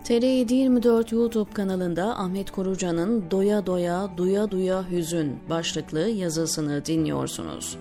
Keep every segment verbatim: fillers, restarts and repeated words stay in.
T R yedi yirmi dört YouTube kanalında Ahmet Kurucan'ın Doya Doya, Duya Duya Hüzün başlıklı yazısını dinliyorsunuz.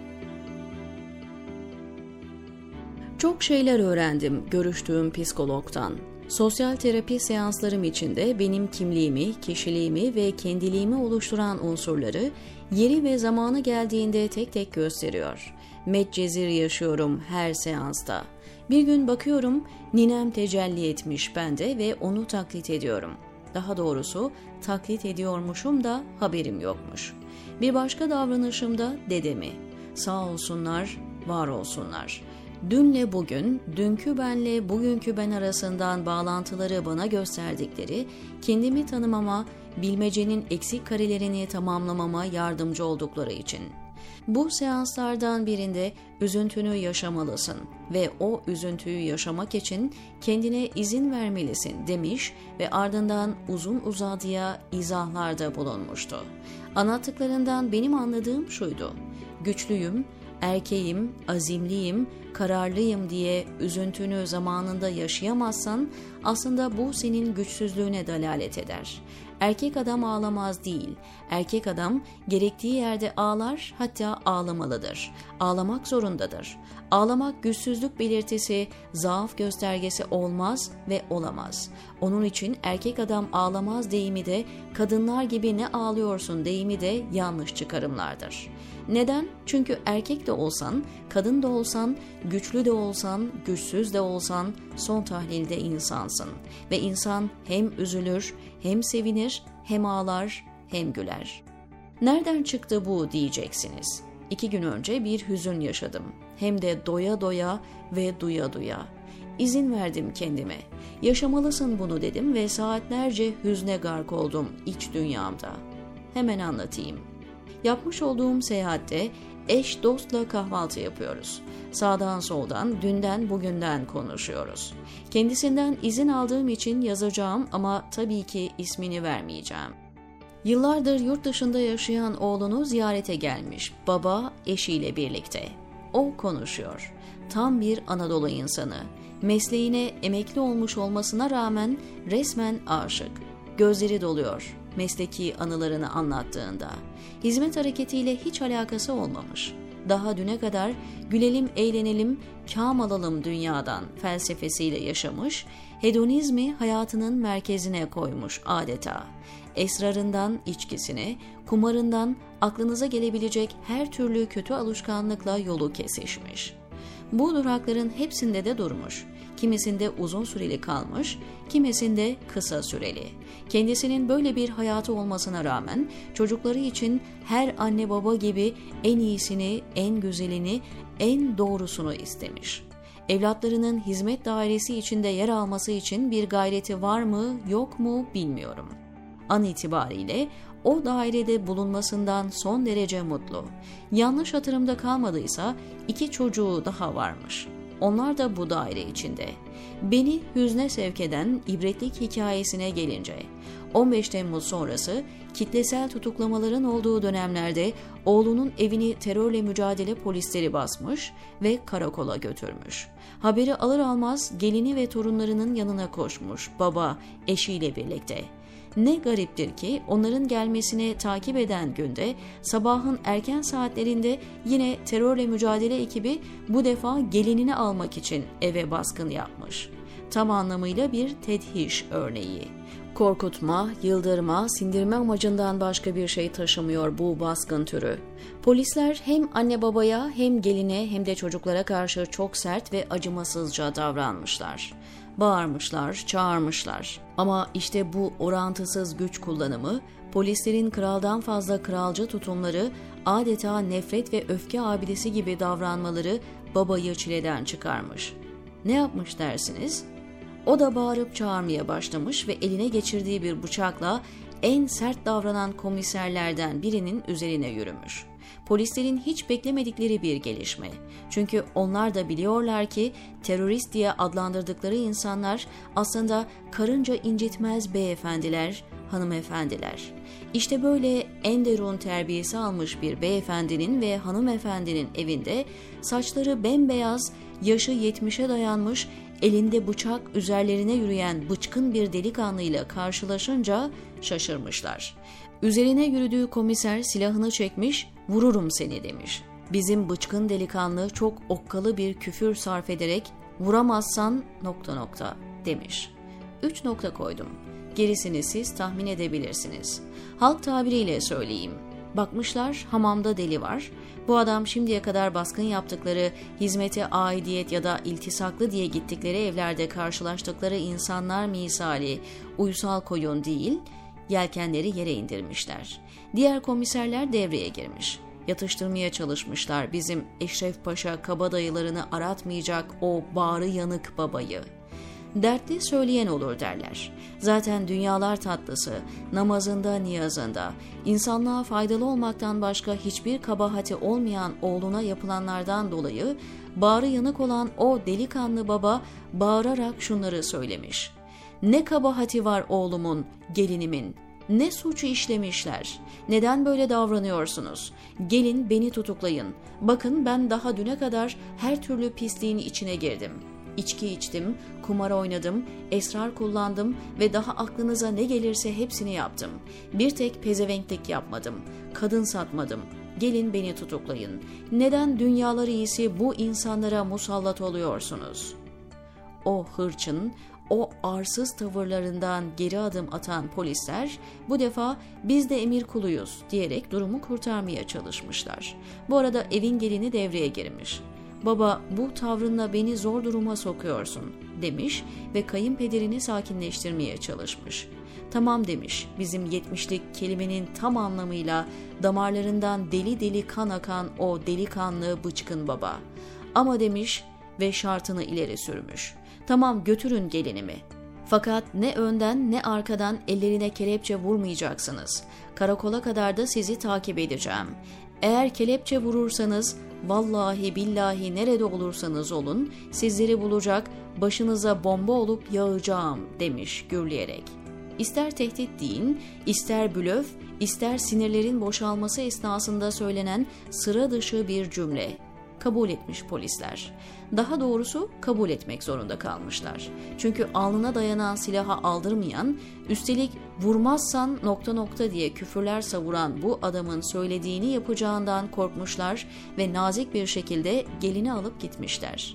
Çok şeyler öğrendim görüştüğüm psikologtan. Sosyal terapi seanslarım içinde benim kimliğimi, kişiliğimi ve kendiliğimi oluşturan unsurları yeri ve zamanı geldiğinde tek tek gösteriyor. Medcezir yaşıyorum her seansta. Bir gün bakıyorum ninem tecelli etmiş bende ve onu taklit ediyorum. Daha doğrusu taklit ediyormuşum da haberim yokmuş. Bir başka davranışımda dedemi. Sağ olsunlar, var olsunlar. Dünle bugün, dünkü benle bugünkü ben arasından bağlantıları bana gösterdikleri, kendimi tanımama, bilmecenin eksik karelerini tamamlamama yardımcı oldukları için. Bu seanslardan birinde üzüntünü yaşamalısın ve o üzüntüyü yaşamak için kendine izin vermelisin demiş ve ardından uzun uzadıya izahlarda bulunmuştu. Anlattıklarından benim anladığım şuydu: güçlüyüm, erkeğim, azimliyim, kararlıyım diye üzüntünü zamanında yaşayamazsan aslında bu senin güçsüzlüğüne dalalet eder. Erkek adam ağlamaz değil, erkek adam gerektiği yerde ağlar, hatta ağlamalıdır. Ağlamak zorundadır. Ağlamak güçsüzlük belirtisi, zaaf göstergesi olmaz ve olamaz. Onun için erkek adam ağlamaz deyimi de, kadınlar gibi ne ağlıyorsun deyimi de yanlış çıkarımlardır. Neden? Çünkü erkek de olsan, kadın da olsan, güçlü de olsan, güçsüz de olsan son tahlilde insansın. Ve insan hem üzülür, hem sevinir, hem ağlar, hem güler. Nereden çıktı bu diyeceksiniz. İki gün önce bir hüzün yaşadım. Hem de doya doya ve duya duya. İzin verdim kendime. Yaşamalısın bunu dedim ve saatlerce hüzne gark oldum iç dünyamda. Hemen anlatayım. Yapmış olduğum seyahatte eş dostla kahvaltı yapıyoruz. Sağdan soldan, dünden bugünden konuşuyoruz. Kendisinden izin aldığım için yazacağım ama tabii ki ismini vermeyeceğim. Yıllardır yurt dışında yaşayan oğlunu ziyarete gelmiş, baba eşiyle birlikte. O konuşuyor. Tam bir Anadolu insanı. Mesleğine emekli olmuş olmasına rağmen resmen aşık. Gözleri doluyor mesleki anılarını anlattığında. Hizmet hareketiyle hiç alakası olmamış. Daha düne kadar gülelim, eğlenelim, kâm alalım dünyadan felsefesiyle yaşamış, hedonizmi hayatının merkezine koymuş adeta. Esrarından içkisine, kumarından aklınıza gelebilecek her türlü kötü alışkanlıkla yolu kesişmiş. Bu durakların hepsinde de durmuş. Kimisinde uzun süreli kalmış, kimisinde kısa süreli. Kendisinin böyle bir hayatı olmasına rağmen çocukları için her anne baba gibi en iyisini, en güzelini, en doğrusunu istemiş. Evlatlarının hizmet dairesi içinde yer alması için bir gayreti var mı, yok mu bilmiyorum. An itibariyle o dairede bulunmasından son derece mutlu. Yanlış hatırımda kalmadıysa iki çocuğu daha varmış. Onlar da bu daire içinde. Beni hüzne sevk eden ibretlik hikayesine gelince, on beş Temmuz sonrası kitlesel tutuklamaların olduğu dönemlerde oğlunun evini terörle mücadele polisleri basmış ve karakola götürmüş. Haberi alır almaz gelini ve torunlarının yanına koşmuş baba eşiyle birlikte. Ne gariptir ki onların gelmesini takip eden günde sabahın erken saatlerinde yine terörle mücadele ekibi bu defa gelinini almak için eve baskın yapmış. Tam anlamıyla bir tedhiş örneği. Korkutma, yıldırma, sindirme amacından başka bir şey taşımıyor bu baskın türü. Polisler hem anne babaya hem geline hem de çocuklara karşı çok sert ve acımasızca davranmışlar. Bağırmışlar, çağırmışlar. Ama işte bu orantısız güç kullanımı, polislerin kraldan fazla kralcı tutumları, adeta nefret ve öfke abidesi gibi davranmaları babayı çileden çıkarmış. Ne yapmış dersiniz? O da bağırıp çağırmaya başlamış ve eline geçirdiği bir bıçakla en sert davranan komiserlerden birinin üzerine yürümüş. Polislerin hiç beklemedikleri bir gelişme. Çünkü onlar da biliyorlar ki terörist diye adlandırdıkları insanlar aslında karınca incitmez beyefendiler, hanımefendiler. İşte böyle enderun terbiyesi almış bir beyefendinin ve hanımefendinin evinde saçları bembeyaz, yaşı yetmişe dayanmış, elinde bıçak üzerlerine yürüyen bıçkın bir delikanlıyla karşılaşınca şaşırmışlar. Üzerine yürüdüğü komiser silahını çekmiş, "Vururum seni" demiş. Bizim bıçkın delikanlı çok okkalı bir küfür sarf ederek "Vuramazsan nokta nokta" demiş. Üç nokta koydum. Gerisini siz tahmin edebilirsiniz. Halk tabiriyle söyleyeyim. Bakmışlar hamamda deli var. Bu adam şimdiye kadar baskın yaptıkları, hizmete aidiyet ya da iltisaklı diye gittikleri evlerde karşılaştıkları insanlar misali uysal koyun değil, yelkenleri yere indirmişler. Diğer komiserler devreye girmiş. Yatıştırmaya çalışmışlar bizim Eşref Paşa kabadayılarını aratmayacak o bağrı yanık babayı. Dertli söyleyen olur derler. Zaten dünyalar tatlısı, namazında, niyazında, insanlığa faydalı olmaktan başka hiçbir kabahati olmayan oğluna yapılanlardan dolayı bağrı yanık olan o delikanlı baba bağırarak şunları söylemiş. "Ne kabahati var oğlumun, gelinimin? Ne suçu işlemişler? Neden böyle davranıyorsunuz? Gelin beni tutuklayın. Bakın ben daha düne kadar her türlü pisliğin içine girdim. İçki içtim, kumar oynadım, esrar kullandım ve daha aklınıza ne gelirse hepsini yaptım. Bir tek pezevenklik yapmadım, kadın satmadım. Gelin beni tutuklayın. Neden dünyalar iyisi bu insanlara musallat oluyorsunuz?" O hırçın, o arsız tavırlarından geri adım atan polisler bu defa "Biz de emir kuluyuz" diyerek durumu kurtarmaya çalışmışlar. Bu arada evin gelini devreye girmiş. "Baba, bu tavrınla beni zor duruma sokuyorsun" demiş ve kayınpederini sakinleştirmeye çalışmış. "Tamam" demiş, "bizim yetmişlik kelimenin tam anlamıyla damarlarından deli deli kan akan o delikanlı bıçkın baba. Ama" demiş ve şartını ileri sürmüş. "Tamam, götürün gelinimi. Fakat ne önden ne arkadan ellerine kelepçe vurmayacaksınız. Karakola kadar da sizi takip edeceğim. Eğer kelepçe vurursanız vallahi billahi nerede olursanız olun sizleri bulacak, başınıza bomba olup yağacağım" demiş gürleyerek. İster tehdit deyin, ister blöf, ister sinirlerin boşalması esnasında söylenen sıra dışı bir cümle. Kabul etmiş polisler. Daha doğrusu kabul etmek zorunda kalmışlar. Çünkü alnına dayanan silaha aldırmayan, üstelik "vurmazsan nokta nokta" diye küfürler savuran bu adamın söylediğini yapacağından korkmuşlar ve nazik bir şekilde gelini alıp gitmişler.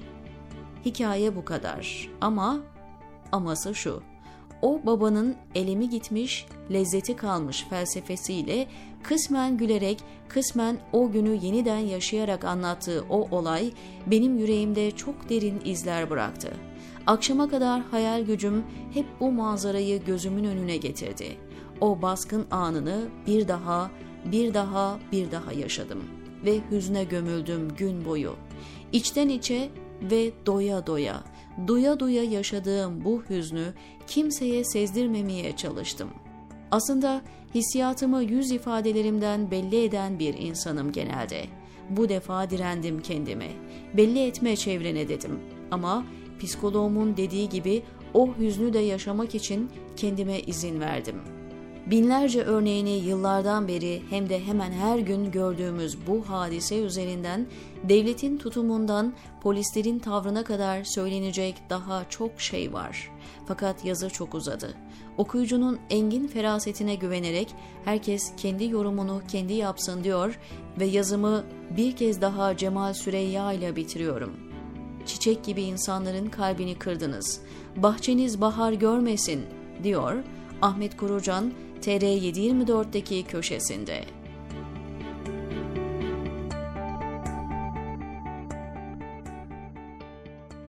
Hikaye bu kadar ama aması şu: o babanın elemi gitmiş, lezzeti kalmış felsefesiyle kısmen gülerek, kısmen o günü yeniden yaşayarak anlattığı o olay benim yüreğimde çok derin izler bıraktı. Akşama kadar hayal gücüm hep bu manzarayı gözümün önüne getirdi. O baskın anını bir daha, bir daha, bir daha yaşadım ve hüzne gömüldüm gün boyu. İçten içe ve doya doya, duya duya yaşadığım bu hüznü kimseye sezdirmemeye çalıştım. Aslında hissiyatımı yüz ifadelerimden belli eden bir insanım genelde. Bu defa direndim kendimi. Belli etme çevrene dedim. Ama psikoloğumun dediği gibi o hüznü de yaşamak için kendime izin verdim. Binlerce örneğini yıllardan beri hem de hemen her gün gördüğümüz bu hadise üzerinden devletin tutumundan polislerin tavrına kadar söylenecek daha çok şey var. Fakat yazı çok uzadı. Okuyucunun engin ferasetine güvenerek herkes kendi yorumunu kendi yapsın diyor ve yazımı bir kez daha Cemal Süreyya ile bitiriyorum. Çiçek gibi insanların kalbini kırdınız. Bahçeniz bahar görmesin diyor Ahmet Kurucan T R yedi yirmi dört'teki köşesinde.